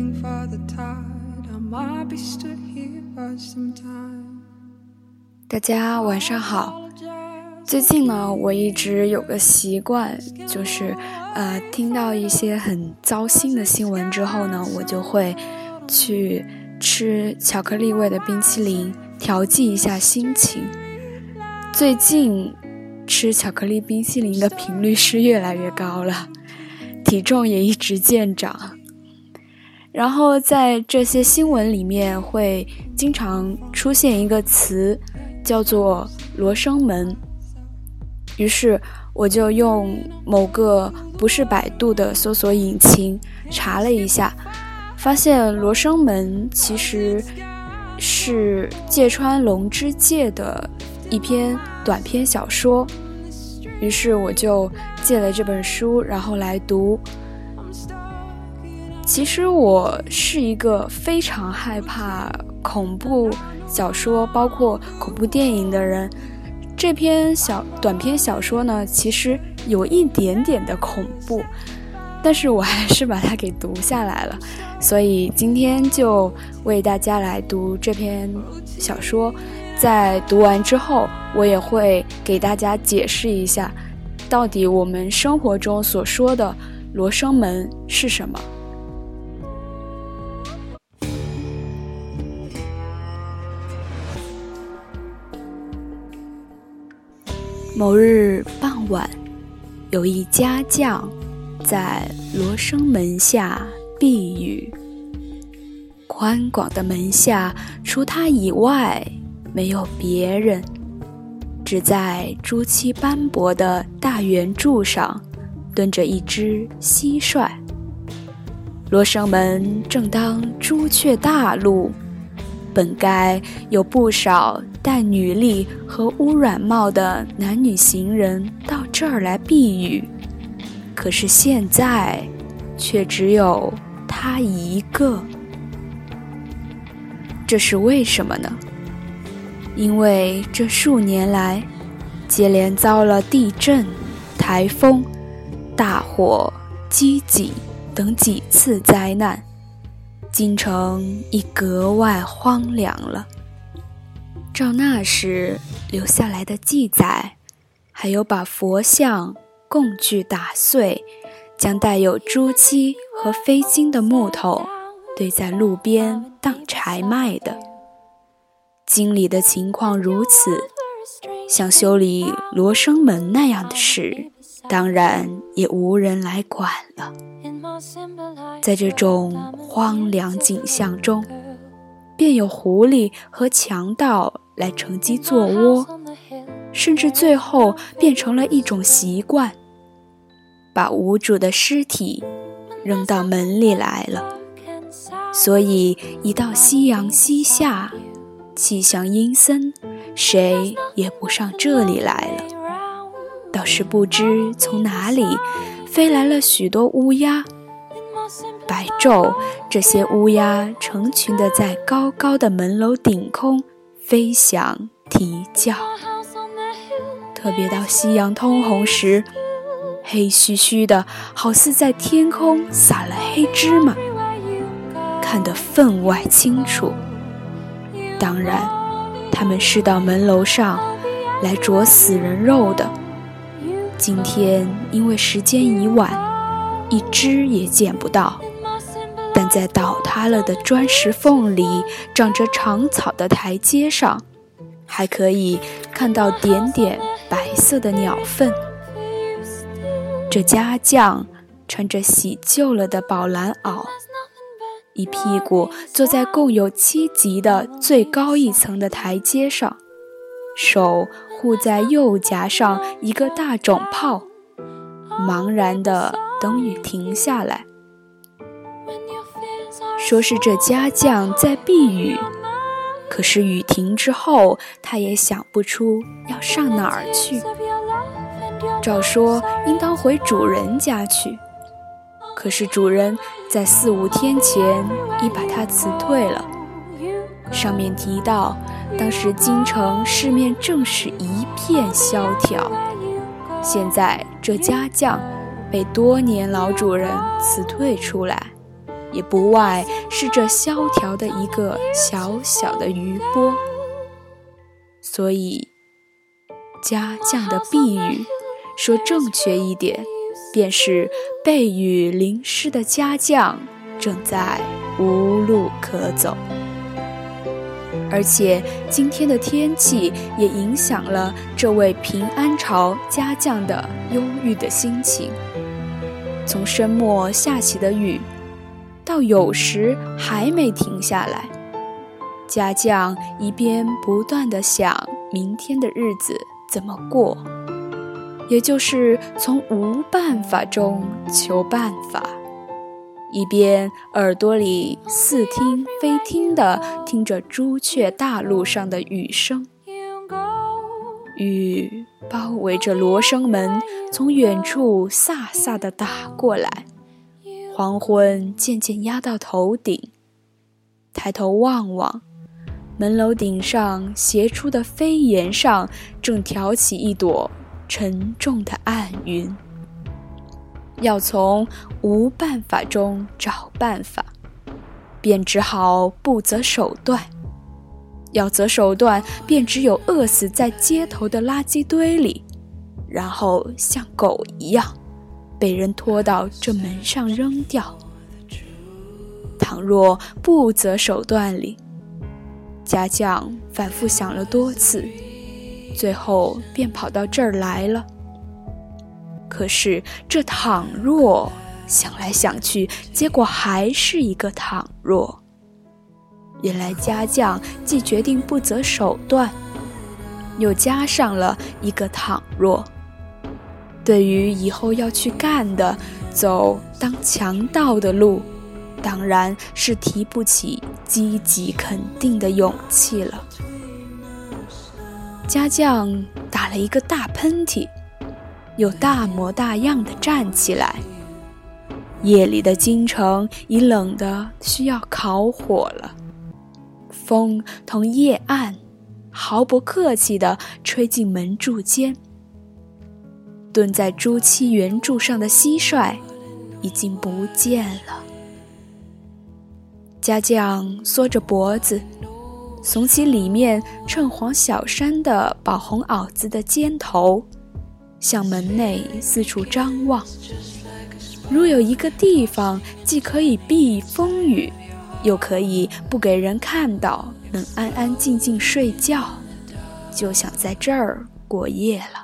waiting for the tide. I might be stood here for some time. 大家晚上好。最近呢，我一直有个习惯，就是听到一些很糟心的新闻之后呢，我就会去吃巧克力味的冰淇淋，调剂一下心情。最近吃巧克力冰淇淋的频率是越来越高了，体重也一直见长。然后在这些新闻里面会经常出现一个词，叫做罗生门。于是我就用某个不是百度的搜索引擎查了一下，发现罗生门其实是芥川龙之介的一篇短篇小说。于是我就借了这本书然后来读。其实我是一个非常害怕恐怖小说包括恐怖电影的人。这篇短篇小说呢，其实有一点点的恐怖，但是我还是把它给读下来了。所以今天就为大家来读这篇小说，在读完之后我也会给大家解释一下到底我们生活中所说的罗生门是什么。某日傍晚，有一家将在罗生门下避雨。宽广的门下除他以外没有别人，只在朱漆斑驳的大圆柱上蹲着一只蟋蟀。罗生门正当朱雀大陆，本该有不少戴女笠和乌软帽的男女行人到这儿来避雨，可是现在却只有他一个。这是为什么呢？因为这数年来接连遭了地震、台风、大火、饥馑等几次灾难，京城已格外荒凉了。照那时留下来的记载，还有把佛像供具打碎，将带有朱漆和飞金的木头堆在路边当柴卖的。京里的情况如此，像修理罗生门那样的事，当然也无人来管了。在这种荒凉景象中，便有狐狸和强盗来乘机做窝，甚至最后变成了一种习惯，把无主的尸体扔到门里来了。所以一到夕阳西下，气象阴森，谁也不上这里来了。倒是不知从哪里飞来了许多乌鸦。白昼，这些乌鸦成群地在高高的门楼顶空飞翔啼叫。特别到夕阳通红时，黑黢黢的，好似在天空撒了黑芝麻，看得分外清楚。当然，他们是到门楼上来啄死人肉的。今天因为时间已晚，一只也见不到，但在倒塌了的砖石缝里长着长草的台阶上，还可以看到点点白色的鸟粪。这家将穿着洗旧了的宝蓝袄，一屁股坐在共有7级的最高一层的台阶上，手护在右颊上一个大肿泡，茫然地等雨停下来。说是这家将在避雨，可是雨停之后，他也想不出要上哪儿去。照说应当回主人家去，可是主人在4、5天前已把他辞退了。上面提到，当时京城市面正是一片萧条，现在这家将被多年老主人辞退出来， 也不外是这萧条的一个小小的余波。所以家将的避雨，说正确一点，便是被雨淋湿的家将正在无路可走。而且今天的天气也影响了这位平安朝家将的忧郁的心情。从深末下起的雨，到有时还没停下来，家将一边不断地想明天的日子怎么过，也就是从无办法中求办法，一边耳朵里似听非听地听着朱雀大路上的雨声。雨包围着罗生门，从远处飒飒地打过来，黄昏渐渐压到头顶。抬头望望，门楼顶上斜出的飞檐上正挑起一朵沉重的暗云。要从无办法中找办法，便只好不择手段。要择手段，便只有饿死在街头的垃圾堆里，然后像狗一样被人拖到这门上扔掉。倘若不择手段里，家将反复想了多次，最后便跑到这儿来了。可是这倘若想来想去，结果还是一个倘若。原来家将既决定不择手段，又加上了一个倘若。对于以后要去干的走当强盗的路，当然是提不起积极肯定的勇气了。家将打了一个大喷嚏，又大模大样地站起来。夜里的京城已冷得需要烤火了，风同夜暗毫不客气地吹进门柱间。蹲在朱漆圆柱上的蟋蟀已经不见了。家将缩着脖子，耸起里面衬黄小衫的宝红袄子的肩头，向门内四处张望。如有一个地方既可以避风雨，又可以不给人看到，能安安静静睡觉，就想在这儿过夜了。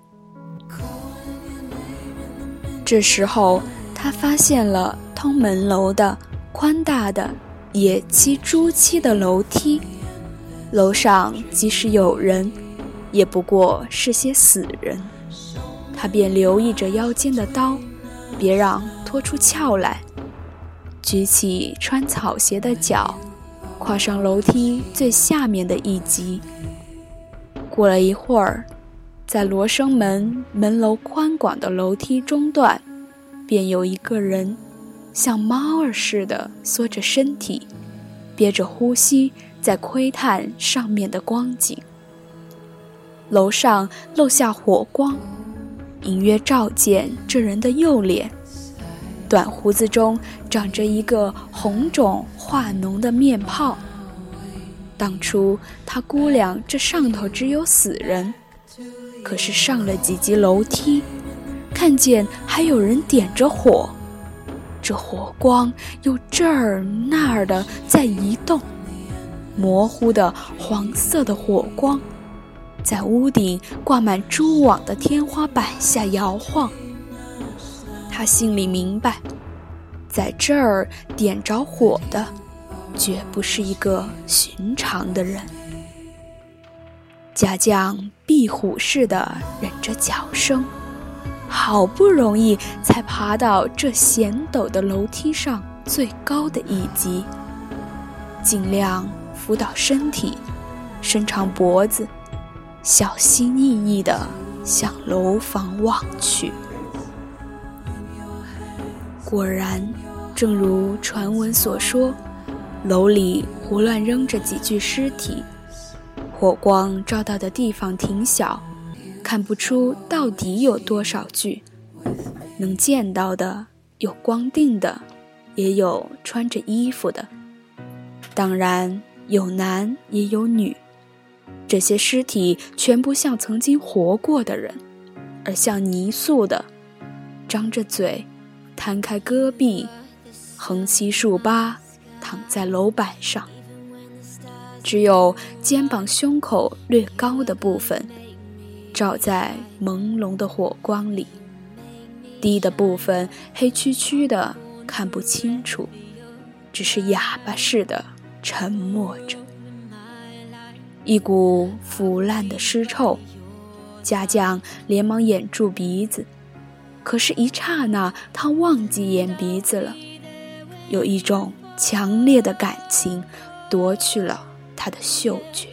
这时候他发现了通门楼的宽大的野漆朱漆的楼梯，楼上即使有人，也不过是些死人。他便留意着腰间的刀，别让拖出鞘来，举起穿草鞋的脚，跨上楼梯最下面的一级。过了一会儿，在罗生门门楼宽广的楼梯中段，便有一个人像猫儿似的缩着身体，憋着呼吸，在窥探上面的光景。楼上漏下火光，隐约照见这人的右脸，短胡子中长着一个红肿化脓的面泡。当初他估量这上头只有死人，可是上了几级楼梯，看见还有人点着火，这火光又这儿那儿的在移动，模糊的黄色的火光在屋顶挂满蛛网的天花板下摇晃。他心里明白，在这儿点着火的绝不是一个寻常的人。家将壁虎似的忍着脚声，好不容易才爬到这险陡的楼梯上最高的一级，尽量扶倒身体，伸长脖子，小心翼翼地向楼房望去。果然，正如传闻所说，楼里胡乱扔着几具尸体，火光照到的地方挺小，看不出到底有多少具，能见到的有光腚的也有穿着衣服的，当然有男也有女。这些尸体全不像曾经活过的人，而像泥塑的，张着嘴，摊开胳臂，横七竖八躺在楼板上。只有肩膀胸口略高的部分照在朦胧的火光里，低的部分黑黢黢的看不清楚，只是哑巴似的沉默着。一股腐烂的尸臭，家将连忙掩住鼻子，可是一刹那他忘记掩鼻子了，有一种强烈的感情夺去了他的嗅觉。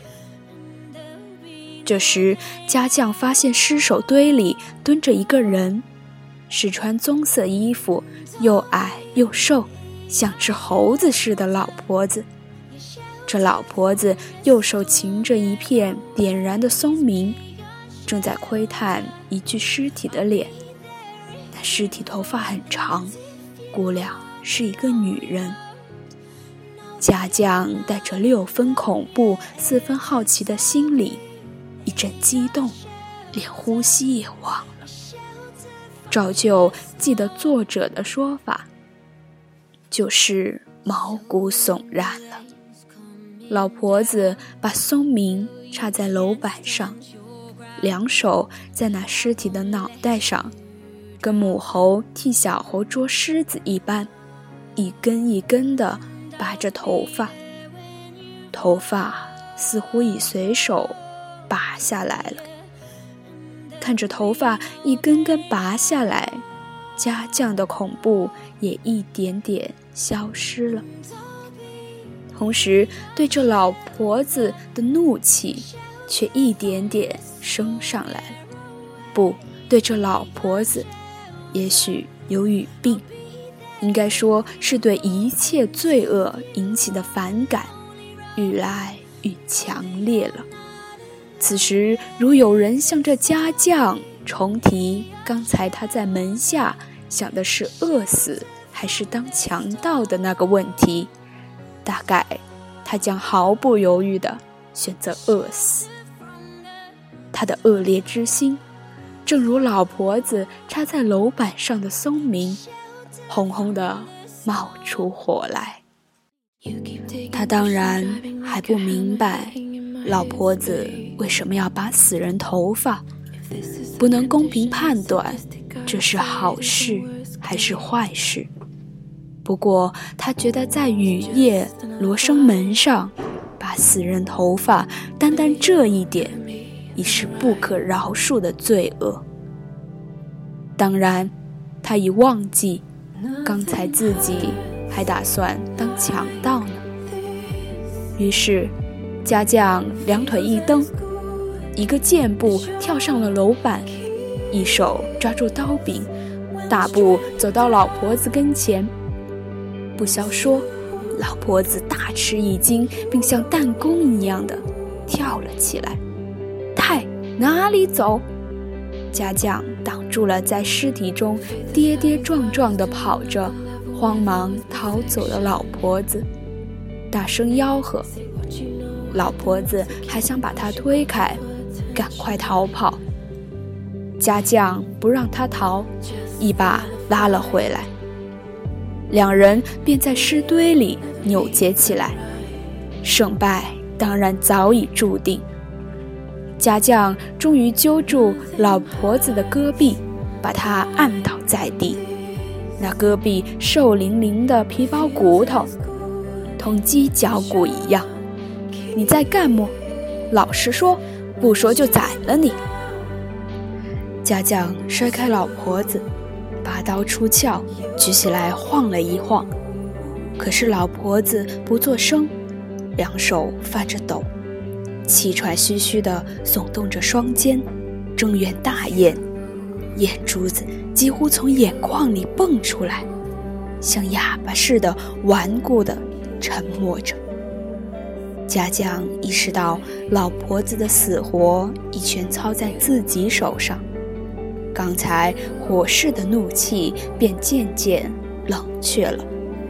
这时家将发现尸首堆里蹲着一个人，是穿棕色衣服，又矮又瘦，像只猴子似的老婆子。这老婆子右手擎着一片点燃的松明，正在窥探一具尸体的脸。那尸体头发很长，估量是一个女人。家将带着6分恐怖4分好奇的心理，一阵激动，连呼吸也忘了。照旧记得作者的说法，就是毛骨悚然了。老婆子把松明插在楼板上，两手在那尸体的脑袋上，跟母猴替小猴捉虱子一般，一根一根地拔着头发，头发似乎已随手拔下来了。看着头发一根根拔下来，家将的恐怖也一点点消失了，同时对这老婆子的怒气却一点点升上来了。不，对这老婆子也许有语病，应该说是对一切罪恶引起的反感愈来愈强烈了。此时如有人向这家将重提刚才他在门下想的是饿死还是当强盗的那个问题，大概他将毫不犹豫地选择饿死。他的恶劣之心，正如老婆子插在楼板上的松明，轰轰地冒出火来。他当然还不明白老婆子为什么要拔死人头发，不能公平判断这是好事还是坏事。不过他觉得在雨夜罗生门上拔死人头发，单单这一点已是不可饶恕的罪恶。当然他已忘记刚才自己还打算当强盗呢。于是家将两腿一蹬，一个箭步跳上了楼板，一手抓住刀柄，大步走到老婆子跟前。不消说，老婆子大吃一惊，并像弹弓一样的跳了起来。太，哪里走？家将挡住了在尸体中跌跌撞撞地跑着慌忙逃走的老婆子，大声吆喝。老婆子还想把他推开，赶快逃跑。家将不让他逃，一把拉了回来，两人便在尸堆里扭结起来。胜败当然早已注定。家将终于揪住老婆子的胳臂，把她按倒在地。那胳臂瘦伶伶的皮包骨头，同鸡脚骨一样。你在干么？老实说，不说就宰了你。家将摔开老婆子，拔刀出鞘，举起来晃了一晃。可是老婆子不作声，两手发着抖，气喘吁吁地耸动着双肩，睁圆大眼，眼珠子几乎从眼眶里蹦出来，像哑巴似的顽固地沉默着。家将意识到老婆子的死活已全操在自己手上，刚才火势的怒气便渐渐冷却了，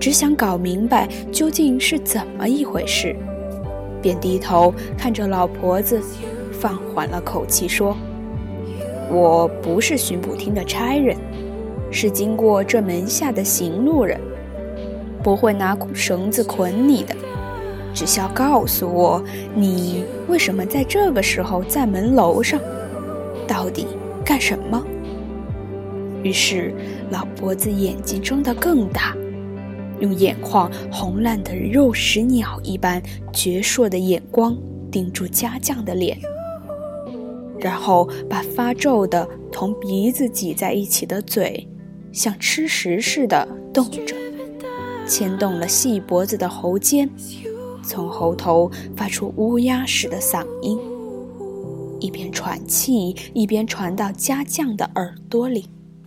只想搞明白究竟是怎么一回事，便低头看着老婆子，放缓了口气说：我不是巡捕厅的差人，是经过这门下的行路人，不会拿绳子捆你的，只需要告诉我你为什么在这个时候在门楼上，到底干什么？于是老婆子眼睛睁得更大，用眼眶红烂的肉食鸟一般矍铄的眼光盯住家将的脸，然后把发皱的同鼻子挤在一起的嘴像吃食似的动着，牵动了细脖子的喉尖，从喉头发出乌鸦似的嗓音，一边喘气一边传到家将的耳朵里。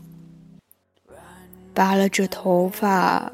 拔了这头发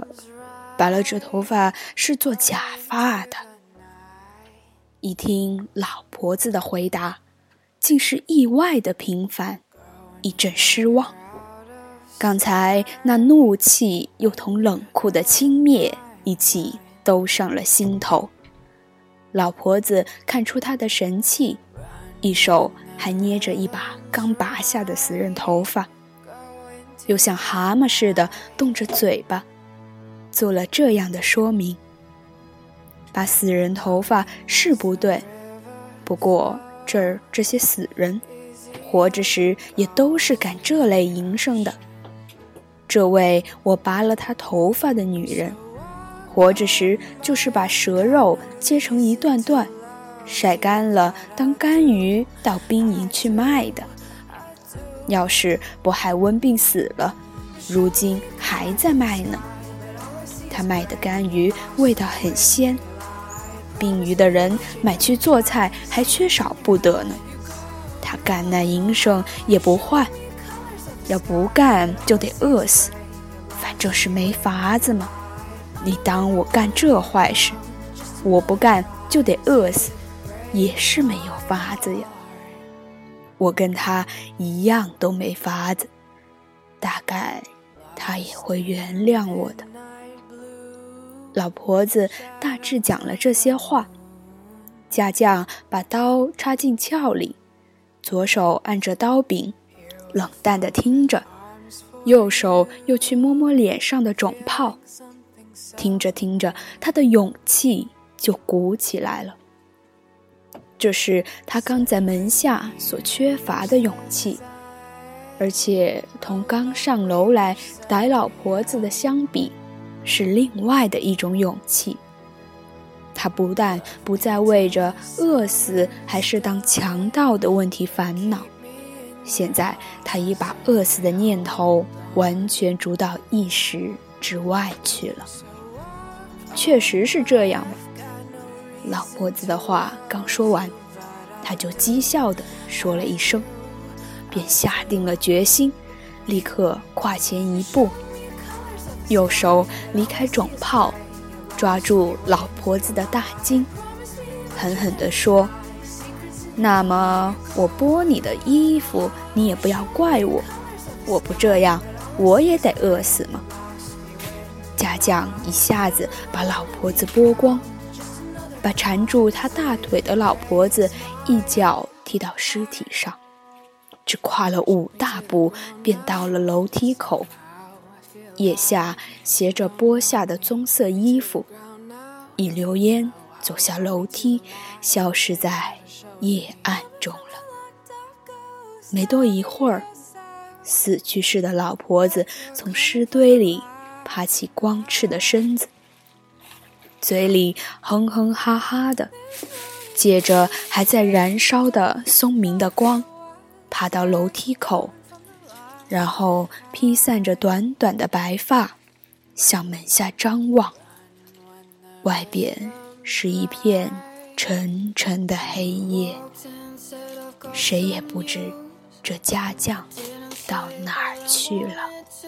是做假发的。一听老婆子的回答，竟是意外的平凡，一阵失望。刚才那怒气又同冷酷的轻蔑一起都上了心头。老婆子看出他的神气，一手还捏着一把刚拔下的死人头发，又像蛤蟆似的动着嘴巴，做了这样的说明：拔死人头发是不对，不过这些死人活着时也都是干这类营生的。这位我拔了她头发的女人，活着时就是把蛇肉切成一段段，晒干了当干鱼到兵营去卖的。要是不害瘟病死了，如今还在卖呢。他卖的干鱼味道很鲜，病鱼的人买去做菜还缺少不得呢。他干那营生也不换，要不干就得饿死，反正是没法子嘛。你当我干这坏事，我不干就得饿死，也是没有法子呀。我跟他一样都没法子，大概他也会原谅我的。老婆子大致讲了这些话，家将把刀插进鞘里，左手按着刀柄，冷淡地听着，右手又去摸摸脸上的肿泡。听着听着，他的勇气就鼓起来了。这是他刚在门下所缺乏的勇气，而且同刚上楼来逮老婆子的相比，是另外的一种勇气。他不但不再为着饿死还是当强盗的问题烦恼，现在他已把饿死的念头完全逐到意识之外去了。确实是这样。老婆子的话刚说完，他就讥笑地说了一声，便下定了决心，立刻跨前一步，右手离开肿泡，抓住老婆子的大襟，狠狠地说：那么我剥你的衣服，你也不要怪我，我不这样我也得饿死吗？家将一下子把老婆子剥光，把缠住他大腿的老婆子一脚踢到尸体上，只跨了5大步便到了楼梯口，腋下斜着剥下的棕色衣服，一溜烟走下楼梯，消失在夜暗中了。没多一会儿，死去似的老婆子从尸堆里爬起光赤的身子，嘴里哼哼哈哈的，借着还在燃烧的松明的光，爬到楼梯口，然后披散着短短的白发，向门下张望。外边是一片沉沉的黑夜，谁也不知这家将到哪儿去了。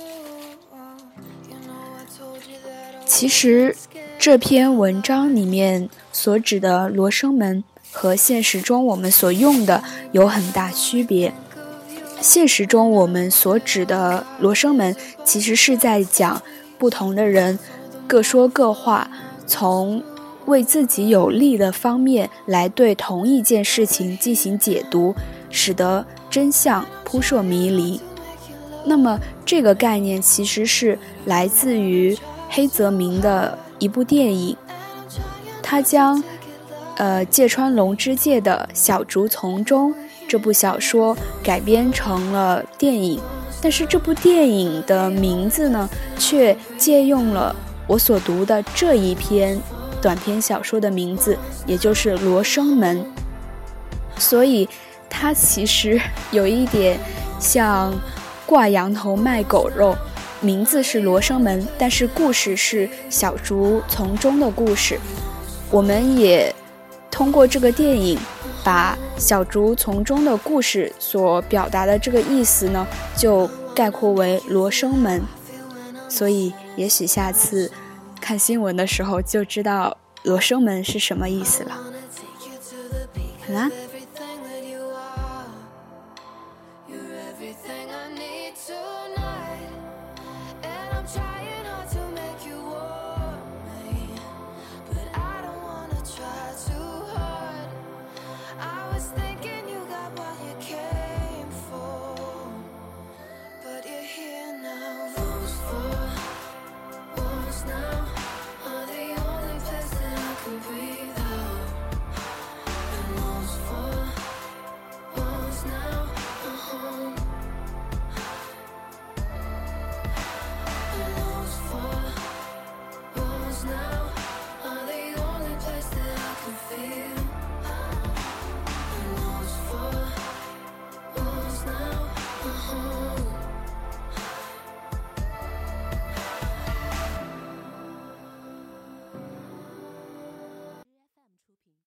其实这篇文章里面所指的罗生门和现实中我们所用的有很大区别。现实中我们所指的罗生门其实是在讲不同的人各说各话，从为自己有利的方面来对同一件事情进行解读，使得真相扑朔迷离。那么这个概念其实是来自于黑泽明的一部电影，他将芥川龙之介的《小竹丛中》这部小说改编成了电影，但是这部电影的名字呢，却借用了我所读的这一篇短篇小说的名字，也就是《罗生门》。所以它其实有一点像挂羊头卖狗肉，名字是《罗生门》，但是故事是小竹丛中的故事。我们也通过这个电影把小竹丛中的故事所表达的这个意思呢，就概括为罗生门。所以也许下次看新闻的时候就知道罗生门是什么意思了。好啦。